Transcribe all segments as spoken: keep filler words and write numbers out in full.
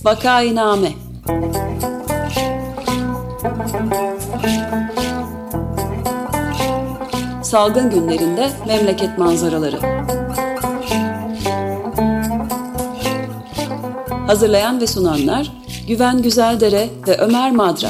Vakainame. Salgın günlerinde memleket manzaraları. Hazırlayan ve sunanlar Güven Güzeldere ve Ömer Madra.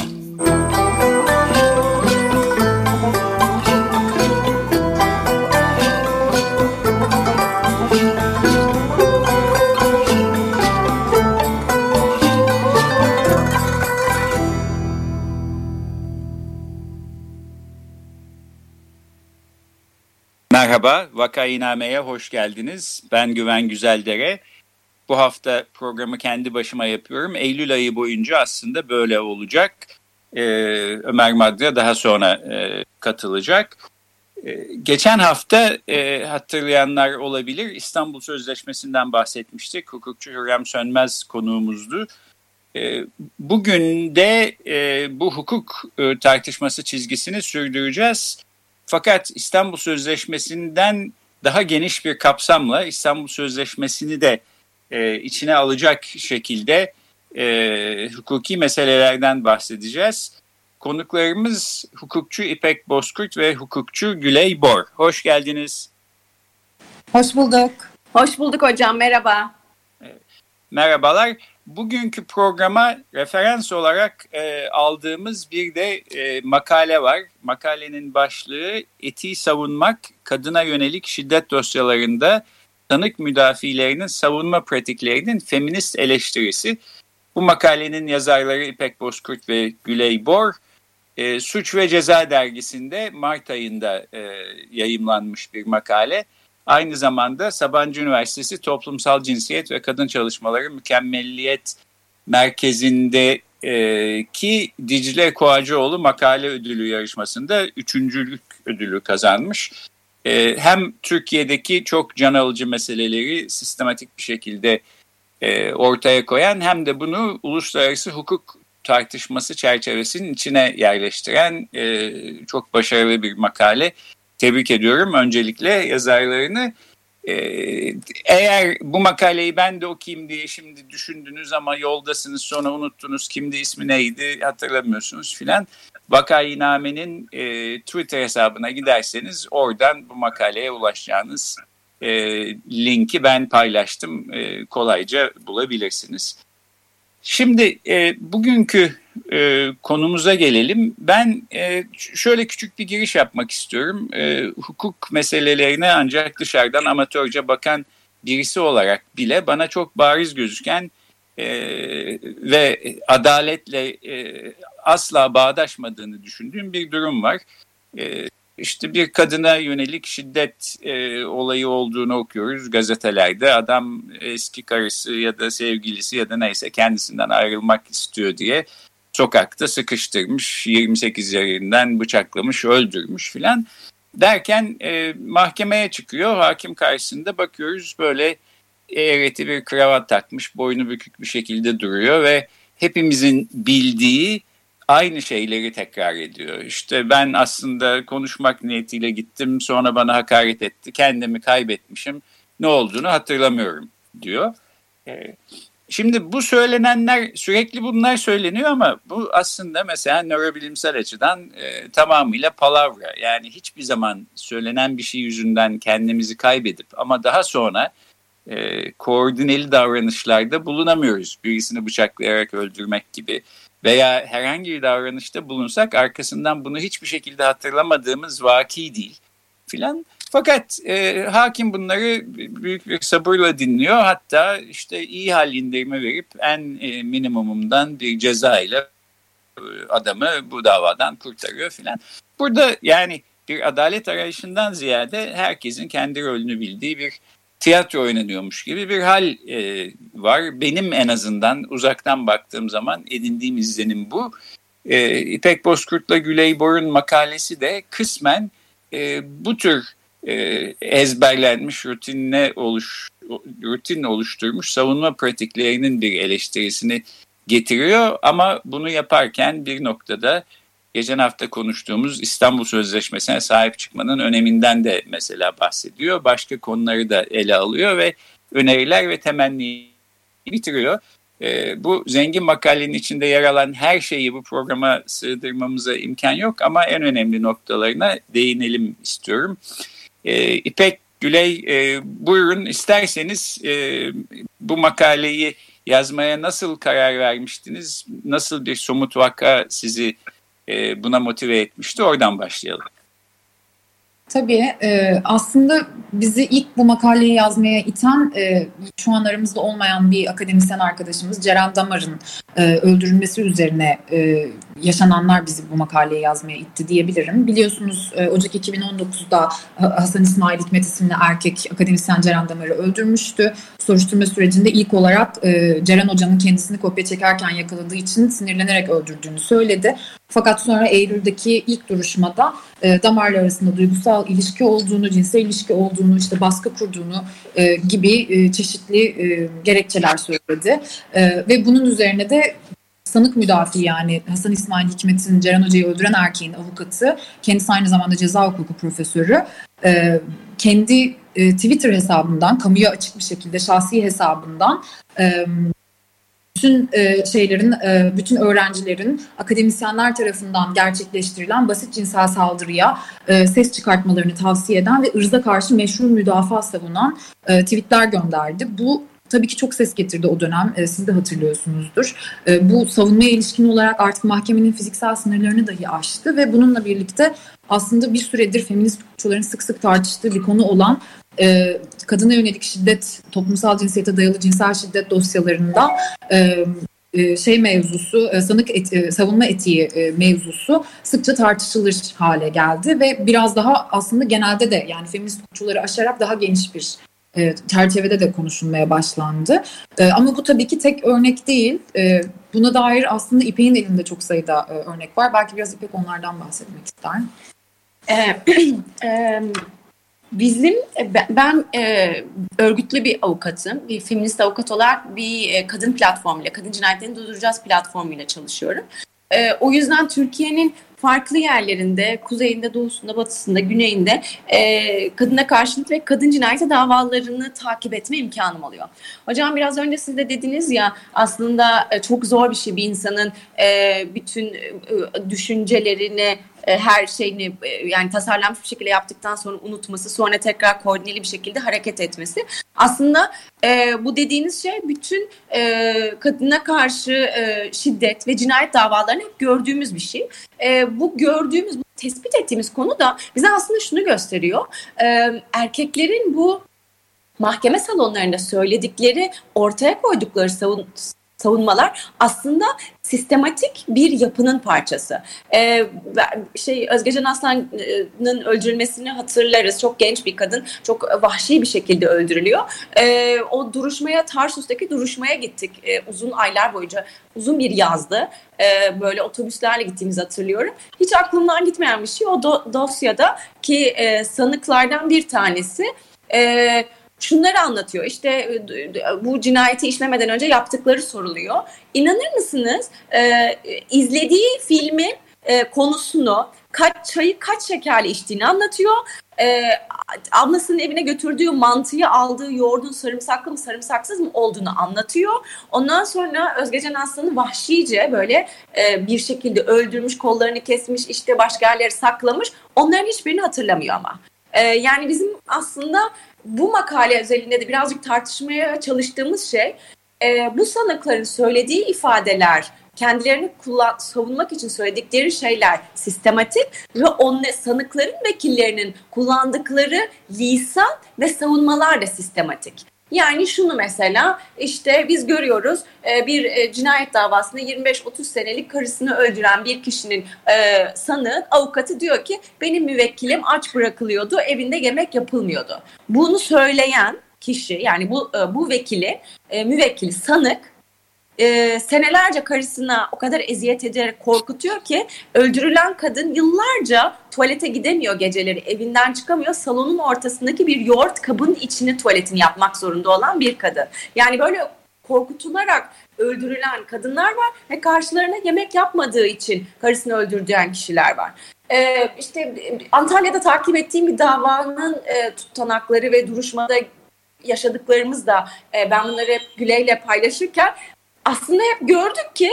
Merhaba, Vakainame'ye hoş geldiniz. Ben Güven Güzeldere. Bu hafta programı kendi başıma yapıyorum. Eylül ayı boyunca aslında böyle olacak. Ee, Ömer Madra daha sonra e, katılacak. Ee, geçen hafta e, hatırlayanlar olabilir, İstanbul Sözleşmesi'nden bahsetmiştik. Hukukçu Hürrem Sönmez konuğumuzdu. Ee, bugün de e, bu hukuk e, tartışması çizgisini sürdüreceğiz. Fakat İstanbul Sözleşmesi'nden daha geniş bir kapsamla İstanbul Sözleşmesi'ni de e, içine alacak şekilde e, hukuki meselelerden bahsedeceğiz. Konuklarımız hukukçu İpek Bozkurt ve hukukçu Güley Bor. Hoş geldiniz. Hoş bulduk. Hoş bulduk hocam, merhaba. Merhabalar. Bugünkü programa referans olarak e, aldığımız bir de e, makale var. Makalenin başlığı "Etiği savunmak, kadına yönelik şiddet dosyalarında tanık müdafilerinin savunma pratiklerinin feminist eleştirisi." Bu makalenin yazarları İpek Bozkurt ve Güley Bor. E, Suç ve Ceza dergisinde Mart ayında e, yayımlanmış bir makale. Aynı zamanda Sabancı Üniversitesi Toplumsal Cinsiyet ve Kadın Çalışmaları Mükemmelliyet Merkezi'ndeki Dicle Koacıoğlu Makale Ödülü yarışmasında üçüncülük ödülü kazanmış. Hem Türkiye'deki çok can alıcı meseleleri sistematik bir şekilde ortaya koyan hem de bunu uluslararası hukuk tartışması çerçevesinin içine yerleştiren çok başarılı bir makale. Tebrik ediyorum öncelikle yazarlarını. Ee, eğer bu makaleyi ben de okuyayım diye şimdi düşündünüz ama yoldasınız, sonra unuttunuz, kimdi, ismi neydi hatırlamıyorsunuz filan. Vakainame'nin e, Twitter hesabına giderseniz oradan bu makaleye ulaşacağınız e, linki ben paylaştım. E, kolayca bulabilirsiniz. Şimdi e, bugünkü e, konumuza gelelim. Ben e, şöyle küçük bir giriş yapmak istiyorum. E, hukuk meselelerine ancak dışarıdan amatörce bakan birisi olarak bile bana çok bariz gözüken e, ve adaletle e, asla bağdaşmadığını düşündüğüm bir durum var. E, İşte bir kadına yönelik şiddet e, olayı olduğunu okuyoruz gazetelerde. Adam eski karısı ya da sevgilisi ya da neyse kendisinden ayrılmak istiyor diye sokakta sıkıştırmış, yirmi sekiz yerinden bıçaklamış, öldürmüş filan. Derken e, mahkemeye çıkıyor, hakim karşısında bakıyoruz böyle eğreti bir kravat takmış, boynu bükük bir şekilde duruyor ve hepimizin bildiği aynı şeyleri tekrar ediyor. İşte ben aslında konuşmak niyetiyle gittim, sonra bana hakaret etti, kendimi kaybetmişim, ne olduğunu hatırlamıyorum diyor. Şimdi bu söylenenler, sürekli bunlar söyleniyor ama bu aslında mesela nörobilimsel açıdan e, tamamıyla palavra. Yani hiçbir zaman söylenen bir şey yüzünden kendimizi kaybedip ama daha sonra e, koordineli davranışlarda bulunamıyoruz. Birisini bıçaklayarak öldürmek gibi. Veya herhangi bir davranışta bulunsak arkasından bunu hiçbir şekilde hatırlamadığımız vaki değil filan. Fakat e, hakim bunları büyük bir sabırla dinliyor. Hatta işte iyi hal indirimi verip en e, minimumundan bir ceza ile e, adamı bu davadan kurtarıyor filan. Burada yani bir adalet arayışından ziyade herkesin kendi rolünü bildiği bir tiyatro oynanıyormuş gibi bir hal e, var. Benim en azından uzaktan baktığım zaman edindiğim izlenim bu. E, İpek Bozkurt'la Güley Bor'un makalesi de kısmen e, bu tür e, ezberlenmiş, rutinine oluş, rutin oluşturmuş savunma pratiklerinin bir eleştirisini getiriyor. Ama bunu yaparken bir noktada geçen hafta konuştuğumuz İstanbul Sözleşmesi'ne sahip çıkmanın öneminden de mesela bahsediyor. Başka konuları da ele alıyor ve öneriler ve temenniyi bitiriyor. E, bu zengin makalenin içinde yer alan her şeyi bu programa sığdırmamıza imkan yok ama en önemli noktalarına değinelim istiyorum. E, İpek Güley, e, buyurun isterseniz e, bu makaleyi yazmaya nasıl karar vermiştiniz? Nasıl bir somut vaka sizi e, buna motive etmişti? Oradan başlayalım. Tabii e, aslında bizi ilk bu makaleyi yazmaya iten e, şu an aramızda olmayan bir akademisyen arkadaşımız Ceren Damar'ın e, öldürülmesi üzerine e, yaşananlar bizi bu makaleyi yazmaya itti diyebilirim. Biliyorsunuz e, Ocak iki bin on dokuzda Hasan İsmail Hikmet isimli erkek akademisyen Ceren Damar'ı öldürmüştü. Soruşturma sürecinde ilk olarak e, Ceren Hoca'nın kendisini kopya çekerken yakaladığı için sinirlenerek öldürdüğünü söyledi. Fakat sonra Eylül'deki ilk duruşmada e, Damar'la arasında duygusal ilişki olduğunu, cinsel ilişki olduğunu, işte baskı kurduğunu e, gibi e, çeşitli e, gerekçeler söyledi. E, ve bunun üzerine de sanık müdafi, yani Hasan İsmail Hikmet'in Ceren Hoca'yı öldüren erkeğin avukatı, kendisi aynı zamanda ceza hukuku profesörü, e, kendi e, Twitter hesabından, kamuya açık bir şekilde şahsi hesabından e, bütün e, şeylerin, e, bütün öğrencilerin akademisyenler tarafından gerçekleştirilen basit cinsel saldırıya e, ses çıkartmalarını tavsiye eden ve ırza karşı meşru müdafaa savunan e, tweetler gönderdi. Bu tabii ki çok ses getirdi o dönem. E, siz de hatırlıyorsunuzdur. E, bu savunmaya ilişkin olarak artık mahkemenin fiziksel sınırlarını dahi aştı ve bununla birlikte aslında bir süredir feminist hukukçuların sık sık tartıştığı bir konu olan e, kadına yönelik şiddet, toplumsal cinsiyete dayalı cinsel şiddet dosyalarında e, e, şey mevzusu, e, sanık et, e, savunma etiği e, mevzusu sıkça tartışılır hale geldi ve biraz daha aslında genelde de, yani feminist hukukçuları aşarak daha geniş bir e, çerçevede de konuşulmaya başlandı. E, ama bu tabii ki tek örnek değil. E, buna dair aslında İpek'in elinde çok sayıda e, örnek var. Belki biraz İpek onlardan bahsetmek ister. Ee, e, bizim ben e, örgütlü bir avukatım, bir feminist avukat olarak bir e, kadın platformuyla, kadın cinayetlerini durduracağız platformuyla çalışıyorum. E, o yüzden Türkiye'nin farklı yerlerinde, kuzeyinde, doğusunda, batısında, güneyinde e, kadına karşılık ve kadın cinayeti davalarını takip etme imkanım oluyor. Hocam biraz önce siz de dediniz ya, aslında e, çok zor bir şey bir insanın e, bütün e, düşüncelerini, her şeyini yani tasarlanmış bir şekilde yaptıktan sonra unutması, sonra tekrar koordineli bir şekilde hareket etmesi. Aslında e, bu dediğiniz şey bütün e, kadına karşı e, şiddet ve cinayet davalarını hep gördüğümüz bir şey. E, bu gördüğümüz, bu tespit ettiğimiz konu da bize aslında şunu gösteriyor. E, erkeklerin bu mahkeme salonlarında söyledikleri, ortaya koydukları savun savunmalar aslında sistematik bir yapının parçası. Ee, şey Özgecan Aslan'ın öldürülmesini hatırlarız. Çok genç bir kadın, çok vahşi bir şekilde öldürülüyor. Ee, o duruşmaya, Tarsus'taki duruşmaya gittik. Ee, uzun aylar boyunca, uzun bir yazdı. Ee, böyle otobüslerle gittiğimizi hatırlıyorum. Hiç aklımdan gitmeyen bir şey o do- dosyada ki e, sanıklardan bir tanesi E, şunları anlatıyor. İşte bu cinayeti işlemeden önce yaptıkları soruluyor. İnanır mısınız? Ee, izlediği filmin e, konusunu, kaç çayı kaç şekerle içtiğini anlatıyor. Ee, ablasının evine götürdüğü mantıyı, aldığı yoğurdun sarımsaklı mı sarımsaksız mı olduğunu anlatıyor. Ondan sonra Özgecan Aslan'ı vahşice böyle e, bir şekilde öldürmüş, kollarını kesmiş, işte başka yerlere saklamış. Onların hiçbirini hatırlamıyor ama. Ee, yani bizim aslında bu makale özelinde de birazcık tartışmaya çalıştığımız şey, e, bu sanıkların söylediği ifadeler, kendilerini kullan, savunmak için söyledikleri şeyler sistematik ve on, sanıkların vekillerinin kullandıkları lisan ve savunmalar da sistematik. Yani şunu mesela, işte biz görüyoruz bir cinayet davasında yirmi beş otuz senelik karısını öldüren bir kişinin e, sanığı, avukatı diyor ki benim müvekkilim aç bırakılıyordu, evinde yemek yapılmıyordu. Bunu söyleyen kişi, yani bu bu vekili, e, müvekkili sanık e, senelerce karısına o kadar eziyet ederek korkutuyor ki öldürülen kadın yıllarca tuvalete gidemiyor geceleri, evinden çıkamıyor. Salonun ortasındaki bir yoğurt kabının içine tuvaletini yapmak zorunda olan bir kadın. Yani böyle korkutularak öldürülen kadınlar var ve karşılarına yemek yapmadığı için karısını öldürdüğün kişiler var. Ee, işte Antalya'da takip ettiğim bir davanın e, tutanakları ve duruşmada yaşadıklarımız da e, ben bunları hep Güley'le paylaşırken aslında hep gördük ki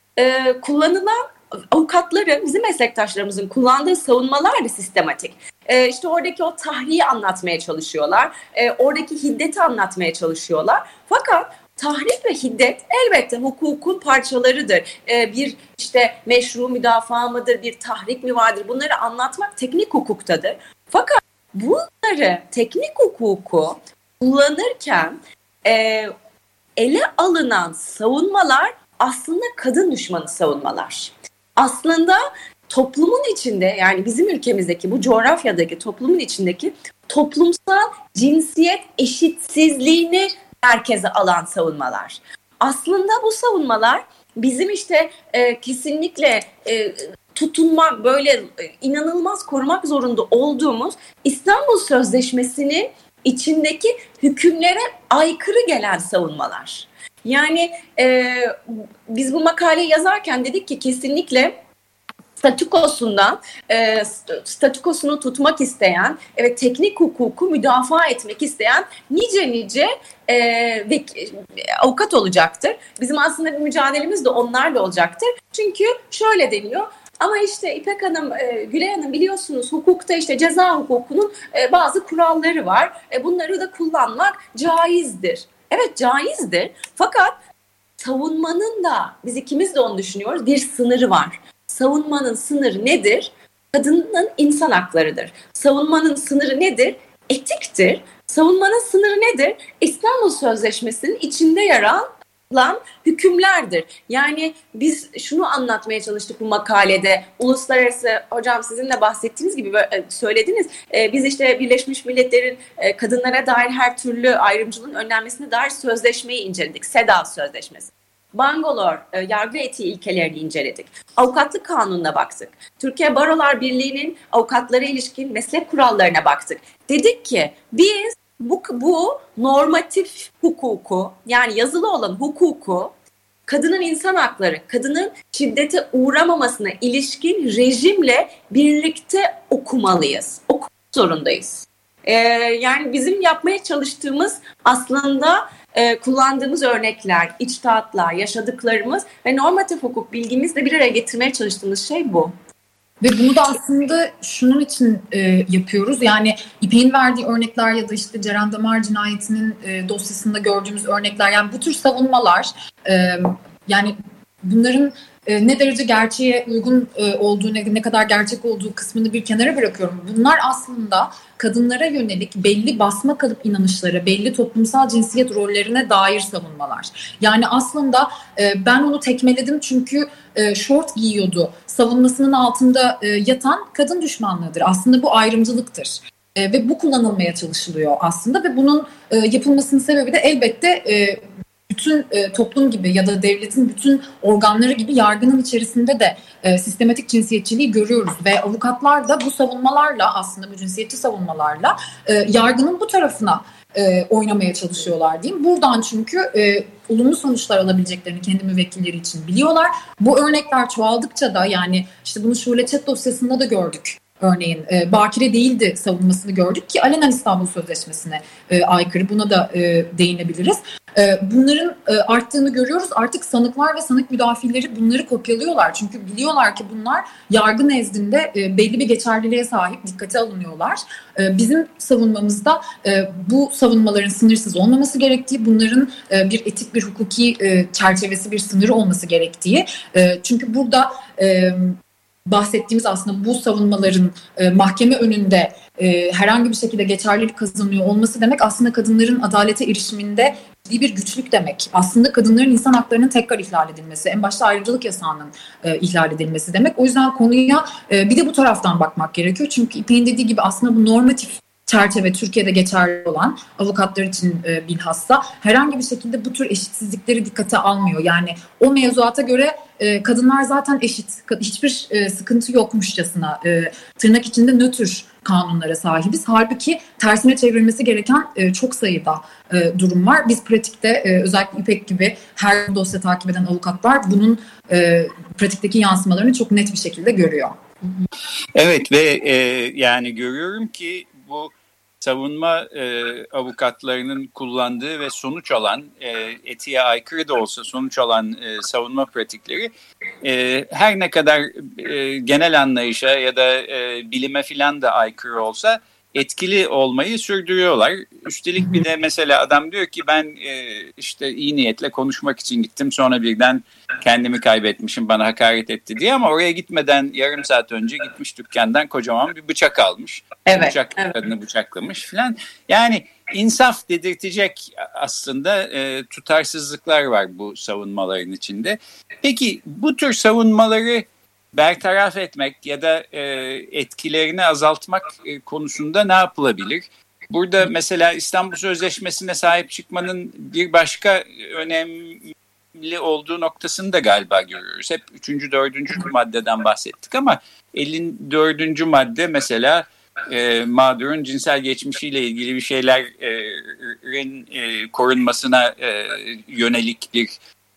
e, kullanılan avukatların, bizim meslektaşlarımızın kullandığı savunmalar da sistematik. E, işte oradaki o tahriyi anlatmaya çalışıyorlar. E, oradaki hiddeti anlatmaya çalışıyorlar. Fakat tahrik ve hiddet elbette hukukun parçalarıdır. E, bir işte meşru müdafaa mıdır, bir tahrik mi vardır? Bunları anlatmak teknik hukuktadır. Fakat bunları, teknik hukuku kullanırken e, ele alınan savunmalar aslında kadın düşmanı savunmalar. Aslında toplumun içinde, yani bizim ülkemizdeki, bu coğrafyadaki toplumun içindeki toplumsal cinsiyet eşitsizliğini merkeze alan savunmalar. Aslında bu savunmalar bizim işte e, kesinlikle e, tutunmak, böyle e, inanılmaz korumak zorunda olduğumuz İstanbul Sözleşmesi'nin içindeki hükümlere aykırı gelen savunmalar. Yani e, biz bu makaleyi yazarken dedik ki kesinlikle statükosundan, e, statükosunu tutmak isteyen, evet, teknik hukuku müdafaa etmek isteyen nice nice e, ve, avukat olacaktır. Bizim aslında bir mücadelemiz de onlarla olacaktır. Çünkü şöyle deniyor. Ama işte İpek Hanım, e, Gülay Hanım, biliyorsunuz hukukta işte ceza hukukunun e, bazı kuralları var. E, bunları da kullanmak caizdir. Evet, caizdir. Fakat savunmanın da, biz ikimiz de onu düşünüyoruz, bir sınırı var. Savunmanın sınırı nedir? Kadının insan haklarıdır. Savunmanın sınırı nedir? Etiktir. Savunmanın sınırı nedir? İstanbul Sözleşmesi'nin içinde yer alan hükümlerdir. Yani biz şunu anlatmaya çalıştık bu makalede. Uluslararası, hocam sizin de bahsettiğiniz gibi söylediniz. Biz işte Birleşmiş Milletler'in kadınlara dair her türlü ayrımcılığın önlenmesine dair sözleşmeyi inceledik. SEDAW Sözleşmesi. Bangalore yargı etiği ilkelerini inceledik. Avukatlık kanununa baktık. Türkiye Barolar Birliği'nin avukatlara ilişkin meslek kurallarına baktık. Dedik ki biz bu, bu normatif hukuku, yani yazılı olan hukuku, kadının insan hakları, kadının şiddete uğramamasına ilişkin rejimle birlikte okumalıyız. Okumak zorundayız. Ee, yani bizim yapmaya çalıştığımız aslında e, kullandığımız örnekler, içtihatlar, yaşadıklarımız ve normatif hukuk bilgimizle bir araya getirmeye çalıştığımız şey bu. Ve bunu da aslında şunun için e, yapıyoruz. Yani İpek'in verdiği örnekler ya da işte Ceren Damar cinayetinin e, dosyasında gördüğümüz örnekler, yani bu tür savunmalar, e, yani bunların e, ne derece gerçeğe uygun e, olduğu, ne, ne kadar gerçek olduğu kısmını bir kenara bırakıyorum. Bunlar aslında kadınlara yönelik belli basma kalıp inanışlara, belli toplumsal cinsiyet rollerine dair savunmalar. Yani aslında e, ben onu tekmeledim çünkü e, şort giyiyordu savunmasının altında e, yatan kadın düşmanlığıdır. Aslında bu ayrımcılıktır. E, ve bu kullanılmaya çalışılıyor aslında ve bunun e, yapılmasının sebebi de elbette e, bütün e, toplum gibi ya da devletin bütün organları gibi yargının içerisinde de e, sistematik cinsiyetçiliği görüyoruz ve avukatlar da bu savunmalarla, aslında bu cinsiyetçi savunmalarla e, yargının bu tarafına e, oynamaya çalışıyorlar diyeyim. Buradan çünkü e, olumlu sonuçlar alabileceklerini kendi müvekkilleri için biliyorlar. Bu örnekler çoğaldıkça da, yani işte bunu Şule Çet dosyasında da gördük. Örneğin e, bakire değildi savunmasını gördük ki alenen İstanbul Sözleşmesi'ne e, aykırı. Buna da e, değinebiliriz. E, bunların e, arttığını görüyoruz. Artık sanıklar ve sanık müdafileri bunları kopyalıyorlar. Çünkü biliyorlar ki bunlar yargı nezdinde e, belli bir geçerliliğe sahip, dikkate alınıyorlar. E, bizim savunmamızda e, bu savunmaların sınırsız olmaması gerektiği, bunların e, bir etik, bir hukuki e, çerçevesi, bir sınırı olması gerektiği. E, çünkü burada E, bahsettiğimiz aslında bu savunmaların e, mahkeme önünde e, herhangi bir şekilde geçerlilik kazanıyor olması demek aslında kadınların adalete erişiminde ciddi bir güçlük demek. Aslında kadınların insan haklarının tekrar ihlal edilmesi, en başta ayrımcılık yasağının e, ihlal edilmesi demek. O yüzden konuya e, bir de bu taraftan bakmak gerekiyor. Çünkü İpek'in dediği gibi aslında bu normatif çerçeve Türkiye'de geçerli olan, avukatlar için e, bilhassa herhangi bir şekilde bu tür eşitsizlikleri dikkate almıyor. Yani o mevzuata göre e, kadınlar zaten eşit, hiçbir e, sıkıntı yokmuşçasına e, tırnak içinde nötr kanunlara sahibiz. Halbuki tersine çevrilmesi gereken e, çok sayıda e, durum var. Biz pratikte e, özellikle İpek gibi her dosya takip eden avukatlar bunun e, pratikteki yansımalarını çok net bir şekilde görüyor. Evet ve e, yani görüyorum ki bu savunma e, avukatlarının kullandığı ve sonuç alan, e, etiğe aykırı da olsa sonuç alan e, savunma pratikleri e, her ne kadar e, genel anlayışa ya da e, bilime filan da aykırı olsa etkili olmayı sürdürüyorlar. Üstelik bir de mesela adam diyor ki ben e, işte iyi niyetle konuşmak için gittim, sonra birden kendimi kaybetmişim, bana hakaret etti diye, ama oraya gitmeden yarım saat önce gitmiş dükkandan kocaman bir bıçak almış. Evet, Bıçak evet. kadını bıçaklamış filan. Yani insaf dedirtecek aslında e, tutarsızlıklar var bu savunmaların içinde. Peki bu tür savunmaları bertaraf etmek ya da e, etkilerini azaltmak e, konusunda ne yapılabilir? Burada mesela İstanbul Sözleşmesi'ne sahip çıkmanın bir başka önemli olduğu noktasını da galiba görüyoruz. Hep üçüncü, dördüncü maddeden bahsettik ama elli dördüncü madde mesela e, mağdurun cinsel geçmişiyle ilgili bir şeylerin e, korunmasına e, yönelik bir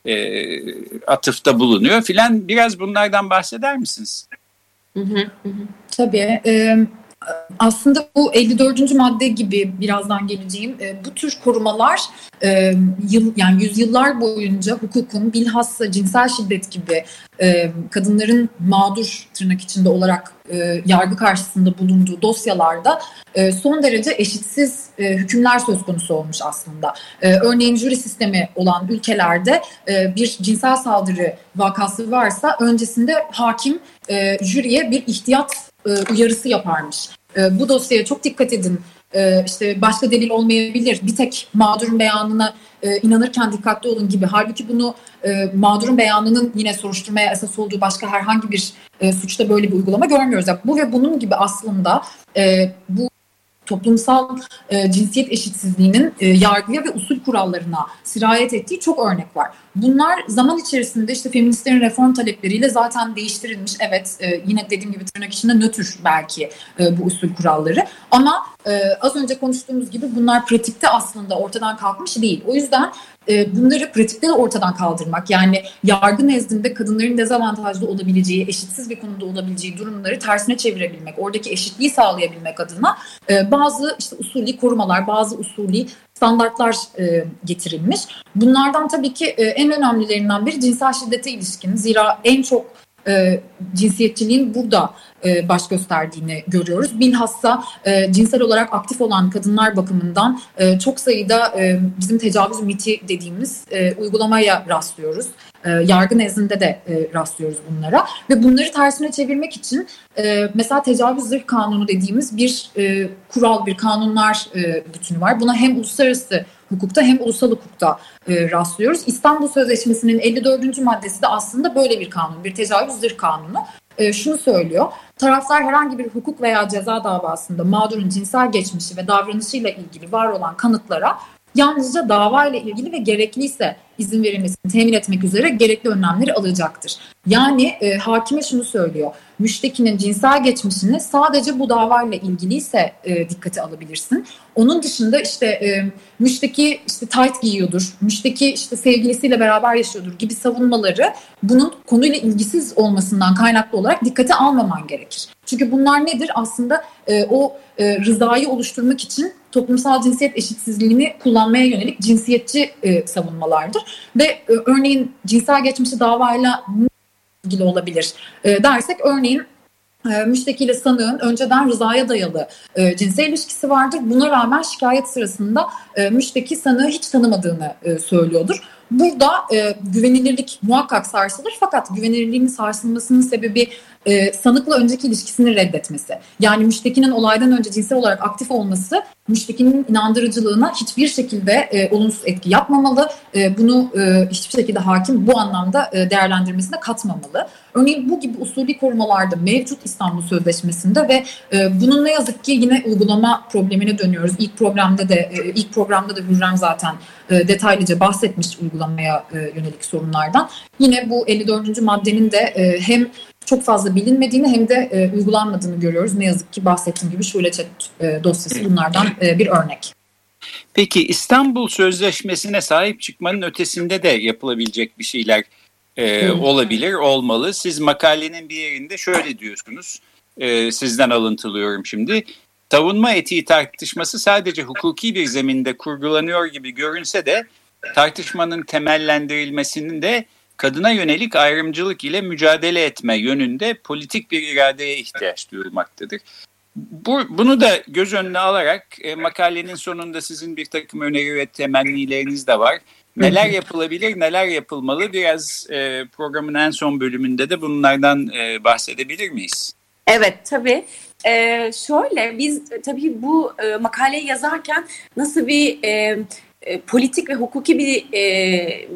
E, atıfta bulunuyor filan. Biraz bunlardan bahseder misiniz? Hı hı, hı. Tabii. E, aslında bu elli dördüncü madde gibi birazdan geleceğim. E, bu tür korumalar e, yıl, yani yüzyıllar boyunca hukukun bilhassa cinsel şiddet gibi e, kadınların mağdur tırnak içinde olarak e, yargı karşısında bulunduğu dosyalarda e, son derece eşitsiz e, hükümler söz konusu olmuş aslında. E, örneğin jüri sistemi olan ülkelerde e, bir cinsel saldırı vakası varsa öncesinde hakim e, jüriye bir ihtiyat e, uyarısı yaparmış. E, bu dosyaya çok dikkat edin. E, işte başka delil olmayabilir. Bir tek mağdurun beyanına e, inanırken dikkatli olun gibi. Halbuki bunu e, mağdurun beyanının yine soruşturmaya esas olduğu başka herhangi bir e, suçta böyle bir uygulama görmüyoruz. Yani bu ve bunun gibi aslında e, bu toplumsal e, cinsiyet eşitsizliğinin e, yargıya ve usul kurallarına sirayet ettiği çok örnek var. Bunlar zaman içerisinde işte feministlerin reform talepleriyle zaten değiştirilmiş. Evet e, yine dediğim gibi tırnak içinde nötr belki e, bu usul kuralları. Ama e, az önce konuştuğumuz gibi bunlar pratikte aslında ortadan kalkmış değil. O yüzden e, bunları pratikte de ortadan kaldırmak, yani yargı nezdinde kadınların dezavantajlı olabileceği, eşitsiz bir konuda olabileceği durumları tersine çevirebilmek, oradaki eşitliği sağlayabilmek adına e, bazı işte usulî korumalar, bazı usulî standartlar e, getirilmiş. Bunlardan tabii ki e, en önemlilerinden biri cinsel şiddete ilişkin. Zira en çok e, cinsiyetçiliğin burada e, baş gösterdiğini görüyoruz. Bilhassa e, cinsel olarak aktif olan kadınlar bakımından e, çok sayıda e, bizim tecavüz miti dediğimiz e, uygulamaya rastlıyoruz. E, yargı nezdinde de e, rastlıyoruz bunlara. Ve bunları tersine çevirmek için e, mesela tecavüz zırh kanunu dediğimiz bir e, kural, bir kanunlar e, bütünü var. Buna hem uluslararası hukukta hem ulusal hukukta e, rastlıyoruz. İstanbul Sözleşmesi'nin elli dördüncü maddesi de aslında böyle bir kanun, bir tecavüz zırh kanunu. E, şunu söylüyor, taraflar herhangi bir hukuk veya ceza davasında mağdurun cinsel geçmişi ve davranışıyla ilgili var olan kanıtlara yalnızca dava ile ilgili ve gerekliyse izin verilmesini temin etmek üzere gerekli önlemleri alacaktır. Yani e, hakime şunu söylüyor, müştekinin cinsel geçmişini sadece bu davayla ilgiliyse e, dikkate alabilirsin. Onun dışında işte e, müşteki işte tight giyiyordur, müşteki işte sevgilisiyle beraber yaşıyordur gibi savunmaları bunun konuyla ilgisiz olmasından kaynaklı olarak dikkate almaman gerekir. Çünkü bunlar nedir? Aslında e, o e, rızayı oluşturmak için toplumsal cinsiyet eşitsizliğini kullanmaya yönelik cinsiyetçi e, savunmalardır. Ve e, örneğin cinsel geçmişi davayla ilgili olabilir e, dersek, örneğin e, müştekiyle sanığın önceden rızaya dayalı e, cinsel ilişkisi vardır. Buna rağmen şikayet sırasında e, müşteki sanığı hiç tanımadığını e, söylüyordur. Burada e, güvenilirlik muhakkak sarsılır, fakat güvenilirliğin sarsılmasının sebebi e, sanıkla önceki ilişkisini reddetmesi. Yani müştekinin olaydan önce cinsel olarak aktif olması müştekinin inandırıcılığına hiçbir şekilde e, olumsuz etki yapmamalı. E, bunu e, hiçbir şekilde hakim bu anlamda e, değerlendirmesine katmamalı. Örneğin bu gibi usulî korumalarda mevcut İstanbul Sözleşmesi'nde ve e, bunun ne yazık ki yine uygulama problemine dönüyoruz. İlk programda da e, ilk programda da Hürrem zaten e, detaylıca bahsetmiş uygulamaya e, yönelik sorunlardan. Yine bu elli dördüncü maddenin de e, hem çok fazla bilinmediğini hem de e, uygulanmadığını görüyoruz. Ne yazık ki bahsettiğim gibi Şule Çet e, dosyası bunlardan e, bir örnek. Peki İstanbul Sözleşmesi'ne sahip çıkmanın ötesinde de yapılabilecek bir şeyler e, olabilir, olmalı. Siz makalenin bir yerinde şöyle diyorsunuz, e, sizden alıntılıyorum şimdi. savunma etiği tartışması sadece hukuki bir zeminde kurgulanıyor gibi görünse de tartışmanın temellendirilmesinin de kadına yönelik ayrımcılık ile mücadele etme yönünde politik bir iradeye ihtiyaç duyulmaktadır. Bu, bunu da göz önüne alarak e, makalenin sonunda sizin bir takım öneri ve temennileriniz de var. Neler yapılabilir, neler yapılmalı? Biraz e, programın en son bölümünde de bunlardan e, bahsedebilir miyiz? Evet, tabii. Ee, şöyle, biz tabii bu e, makaleyi yazarken nasıl bir e, e, politik ve hukuki bir e,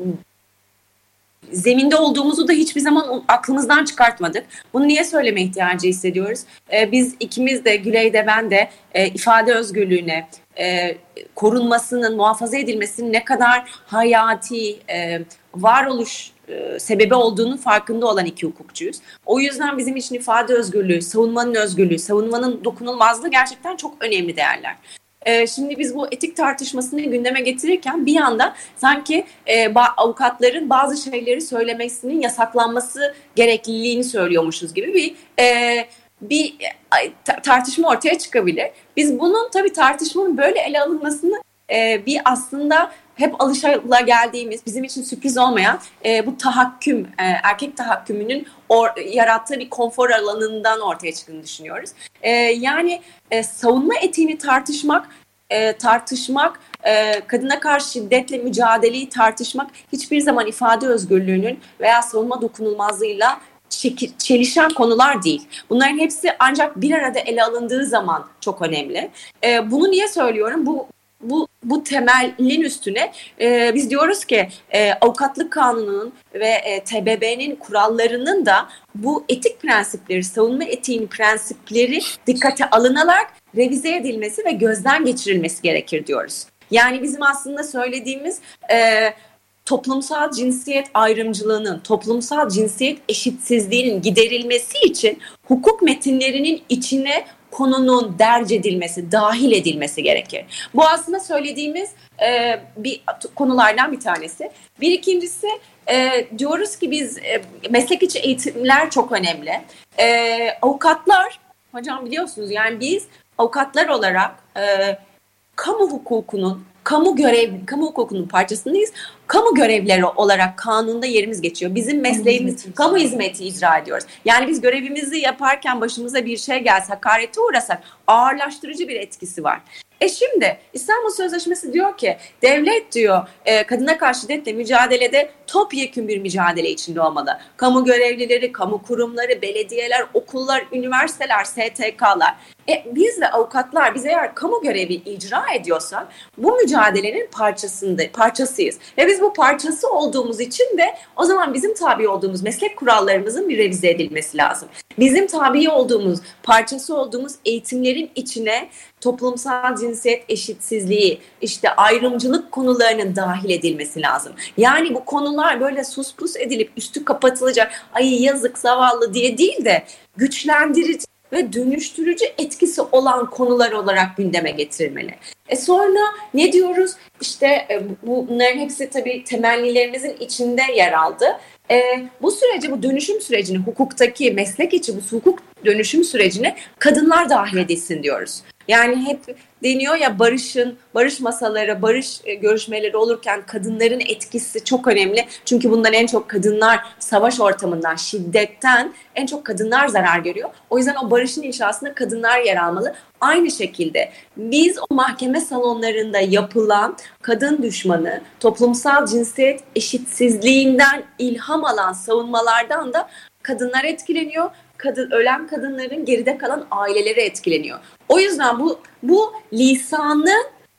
zeminde olduğumuzu da hiçbir zaman aklımızdan çıkartmadık. Bunu niye söyleme ihtiyacı hissediyoruz? Ee, biz ikimiz de, Güley de ben de e, ifade özgürlüğüne, e, korunmasının, muhafaza edilmesinin ne kadar hayati, e, varoluş e, sebebi olduğunun farkında olan iki hukukçuyuz. O yüzden bizim için ifade özgürlüğü, savunmanın özgürlüğü, savunmanın dokunulmazlığı gerçekten çok önemli değerler. Ee, şimdi biz bu etik tartışmasını gündeme getirirken bir yanda sanki e, ba- avukatların bazı şeyleri söylemesinin yasaklanması gerekliliğini söylüyormuşuz gibi bir e, bir e, tartışma ortaya çıkabilir. Biz bunun tabii tartışmanın böyle ele alınmasını e, bir aslında hep alışılageldiğimiz, bizim için sürpriz olmayan e, bu tahakküm, e, erkek tahakkümünün or- yarattığı bir konfor alanından ortaya çıktığını düşünüyoruz. E, yani e, savunma etiğini tartışmak, e, tartışmak, e, kadına karşı şiddetle mücadeleyi tartışmak hiçbir zaman ifade özgürlüğünün veya savunma dokunulmazlığıyla çeki- çelişen konular değil. Bunların hepsi ancak bir arada ele alındığı zaman çok önemli. E, bunu niye söylüyorum? Bu Bu bu temelin üstüne e, biz diyoruz ki e, avukatlık kanununun ve e, T B B'nin kurallarının da bu etik prensipleri, savunma etiğinin prensipleri dikkate alınarak revize edilmesi ve gözden geçirilmesi gerekir diyoruz. Yani bizim aslında söylediğimiz e, toplumsal cinsiyet ayrımcılığının, toplumsal cinsiyet eşitsizliğinin giderilmesi için hukuk metinlerinin içine konunun derc edilmesi, dahil edilmesi gerekir. Bu aslında söylediğimiz e, bir konulardan bir tanesi. Bir ikincisi e, diyoruz ki biz e, meslek içi eğitimler çok önemli. E, avukatlar, hocam biliyorsunuz yani biz avukatlar olarak e, kamu hukukunun, kamu görev, kamu hukukunun parçasındayız. Kamu görevleri olarak kanunda yerimiz geçiyor. Bizim mesleğimiz hizmeti, kamu hizmeti icra ediyoruz. Yani biz görevimizi yaparken başımıza bir şey gelse, hakarete uğrasak ağırlaştırıcı bir etkisi var. E şimdi İstanbul Sözleşmesi diyor ki devlet diyor e, kadına karşı şiddetle mücadelede topyekün bir mücadele içinde olmalı. Kamu görevlileri, kamu kurumları, belediyeler, okullar, üniversiteler, S T K'lar. E, biz de avukatlar, biz eğer kamu görevi icra ediyorsak bu mücadelenin parçasında, parçasıyız. Ve biz bu parçası olduğumuz için de o zaman bizim tabi olduğumuz meslek kurallarımızın bir revize edilmesi lazım. Bizim tabi olduğumuz, parçası olduğumuz eğitimlerin içine toplumsal cinsiyet eşitsizliği, işte ayrımcılık konularının dahil edilmesi lazım. Yani bu konular böyle sus pus edilip üstü kapatılacak, ay yazık zavallı diye değil de güçlendirici ve dönüştürücü etkisi olan konular olarak gündeme getirilmeli. E sonra ne diyoruz? İşte e, bunların hepsi tabii temennilerimizin içinde yer aldı. E, bu süreci, bu dönüşüm sürecini, hukuktaki meslek içi bu hukuk dönüşüm sürecine kadınlar dahil edilsin diyoruz. Yani hep deniyor ya barışın, barış masaları, barış görüşmeleri olurken kadınların etkisi çok önemli. Çünkü bundan en çok kadınlar savaş ortamından, şiddetten en çok kadınlar zarar görüyor. O yüzden o barışın inşasında kadınlar yer almalı. Aynı şekilde biz o mahkeme salonlarında yapılan kadın düşmanı, toplumsal cinsiyet eşitsizliğinden ilham alan savunmalardan da kadınlar etkileniyor. Kadın, ölen kadınların geride kalan aileleri etkileniyor. O yüzden bu bu lisanı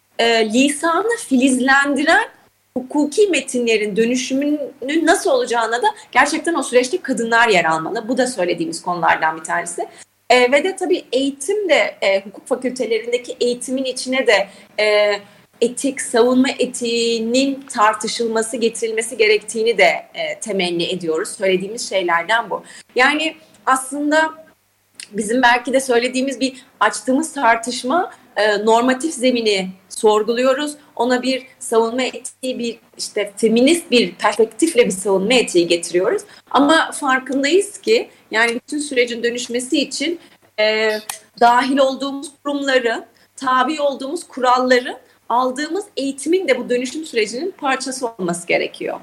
e, lisanı filizlendiren hukuki metinlerin dönüşümünün nasıl olacağına da gerçekten o süreçte kadınlar yer almalı. Bu da söylediğimiz konulardan bir tanesi. E, ve de tabii eğitim de e, hukuk fakültelerindeki eğitimin içine de e, etik, savunma etiğinin tartışılması, getirilmesi gerektiğini de e, temenni ediyoruz. Söylediğimiz şeylerden bu. Yani aslında bizim belki de söylediğimiz bir açtığımız tartışma e, normatif zemini sorguluyoruz. Ona bir savunma etiği, bir işte feminist bir perspektifle bir savunma etiği getiriyoruz. Ama farkındayız ki yani bütün sürecin dönüşmesi için dahil olduğumuz kurumları, tabi olduğumuz kuralları, aldığımız eğitimin de bu dönüşüm sürecinin parçası olması gerekiyor.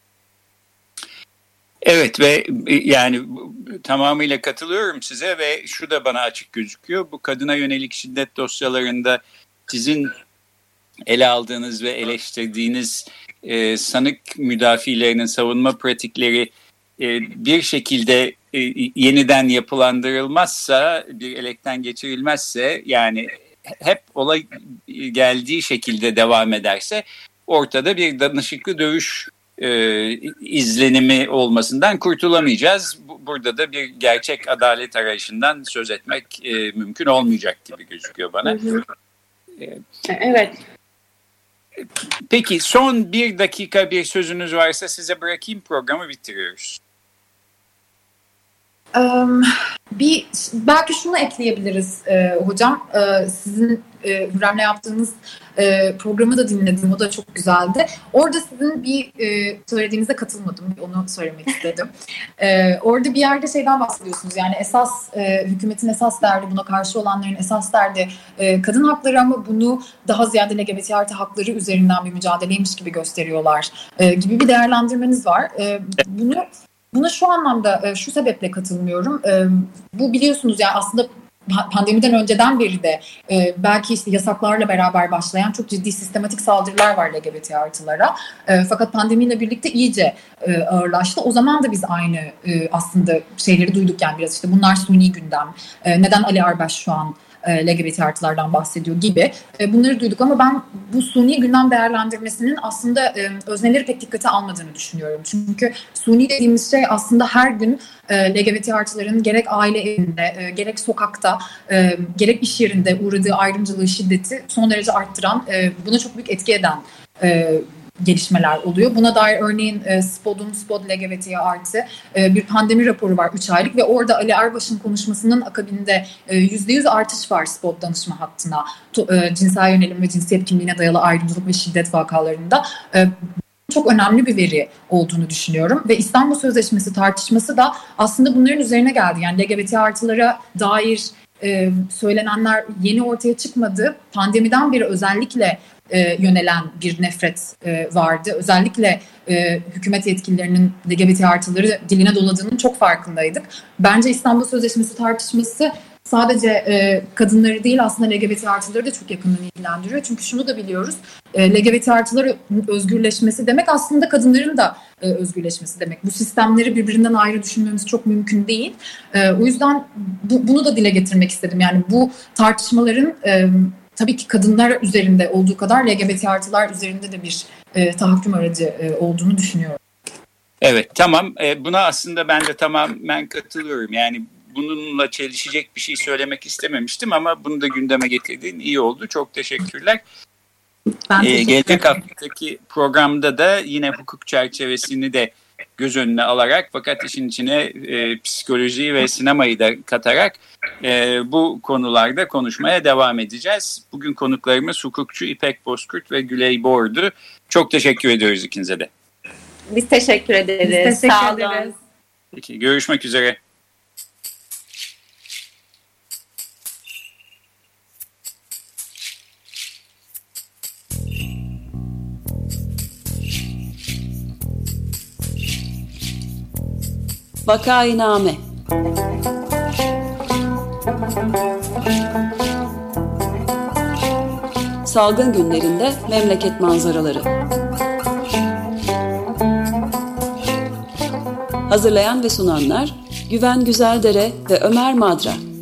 Evet ve yani tamamıyla katılıyorum size ve şu da bana açık gözüküyor. Bu kadına yönelik şiddet dosyalarında sizin ele aldığınız ve eleştirdiğiniz e, sanık müdafilerinin savunma pratikleri e, bir şekilde e, yeniden yapılandırılmazsa, bir elekten geçirilmezse, yani hep olay geldiği şekilde devam ederse ortada bir danışıklı dövüş e, izlenimi olmasından kurtulamayacağız. Burada da bir gerçek adalet arayışından söz etmek e, mümkün olmayacak gibi gözüküyor bana. Hı hı. E, evet. Peki son bir dakika bir sözünüz varsa size bırakayım, programı bitiriyoruz. Um, bir belki şunu ekleyebiliriz e, hocam. E, sizin e, Hürrem'le yaptığınız e, programı da dinledim. O da çok güzeldi. Orada sizin bir e, söylediğinize katılmadım. Onu söylemek istedim. E, orada bir yerde şeyden bahsediyorsunuz. Yani esas e, hükümetin esas derdi, buna karşı olanların esas derdi e, kadın hakları ama bunu daha ziyade L G B T artı hakları üzerinden bir mücadeleymiş gibi gösteriyorlar e, gibi bir değerlendirmeniz var. E, bunu Buna şu anlamda, şu sebeple katılmıyorum. Bu biliyorsunuz yani aslında pandemiden önceden beri de belki işte yasaklarla beraber başlayan çok ciddi sistematik saldırılar var L G B T artılara. Fakat pandemiyle birlikte iyice ağırlaştı. O zaman da biz aynı aslında şeyleri duyduk yani biraz işte bunlar suni gündem. Neden Ali Erbaş şu an L G B T artılardan bahsediyor gibi bunları duyduk ama ben bu suni gündem değerlendirmesinin aslında özneleri pek dikkate almadığını düşünüyorum. Çünkü suni dediğimiz şey aslında her gün L G B T artıların gerek aile evinde, gerek sokakta, gerek iş yerinde uğradığı ayrımcılığı, şiddeti son derece arttıran, buna çok büyük etki eden gelişmeler oluyor. Buna dair örneğin e, SPOD'un, SPOD L G B T artı e, bir pandemi raporu var üç aylık ve orada Ali Erbaş'ın konuşmasının akabinde e, yüzde yüz artış var SPOD danışma hattına. To, e, cinsel yönelim ve cinsiyet kimliğine dayalı ayrımcılık ve şiddet vakalarında e, çok önemli bir veri olduğunu düşünüyorum. Ve İstanbul Sözleşmesi tartışması da aslında bunların üzerine geldi. Yani L G B T artılara dair e, söylenenler yeni ortaya çıkmadı. Pandemiden beri özellikle E, yönelen bir nefret e, vardı. Özellikle e, hükümet yetkililerinin L G B T artıları diline doladığının çok farkındaydık. Bence İstanbul Sözleşmesi tartışması sadece e, kadınları değil aslında L G B T artıları da çok yakından ilgilendiriyor. Çünkü şunu da biliyoruz. E, L G B T artıları özgürleşmesi demek aslında kadınların da e, özgürleşmesi demek. Bu sistemleri birbirinden ayrı düşünmemiz çok mümkün değil. E, o yüzden bu, bunu da dile getirmek istedim. Yani bu tartışmaların e, tabii ki kadınlar üzerinde olduğu kadar L G B T artılar üzerinde de bir e, tahakküm aracı e, olduğunu düşünüyorum. Evet, tamam. E, buna aslında ben de tamamen katılıyorum. Yani bununla çelişecek bir şey söylemek istememiştim ama bunu da gündeme getirdiğin iyi oldu. Çok teşekkürler. Ben ee, gelecek haftaki programda da yine hukuk çerçevesini de göz önüne alarak fakat işin içine e, psikolojiyi ve sinemayı da katarak e, bu konularda konuşmaya devam edeceğiz. Bugün konuklarımız hukukçu İpek Bozkurt ve Gülay Bordu. Çok teşekkür ediyoruz ikinize de. Biz teşekkür ederiz. Biz teşekkür Sağ ederiz. Olun. Peki, görüşmek üzere. Vakainame. Salgın günlerinde memleket manzaraları. Hazırlayan ve sunanlar Güven Güzeldere ve Ömer Madra.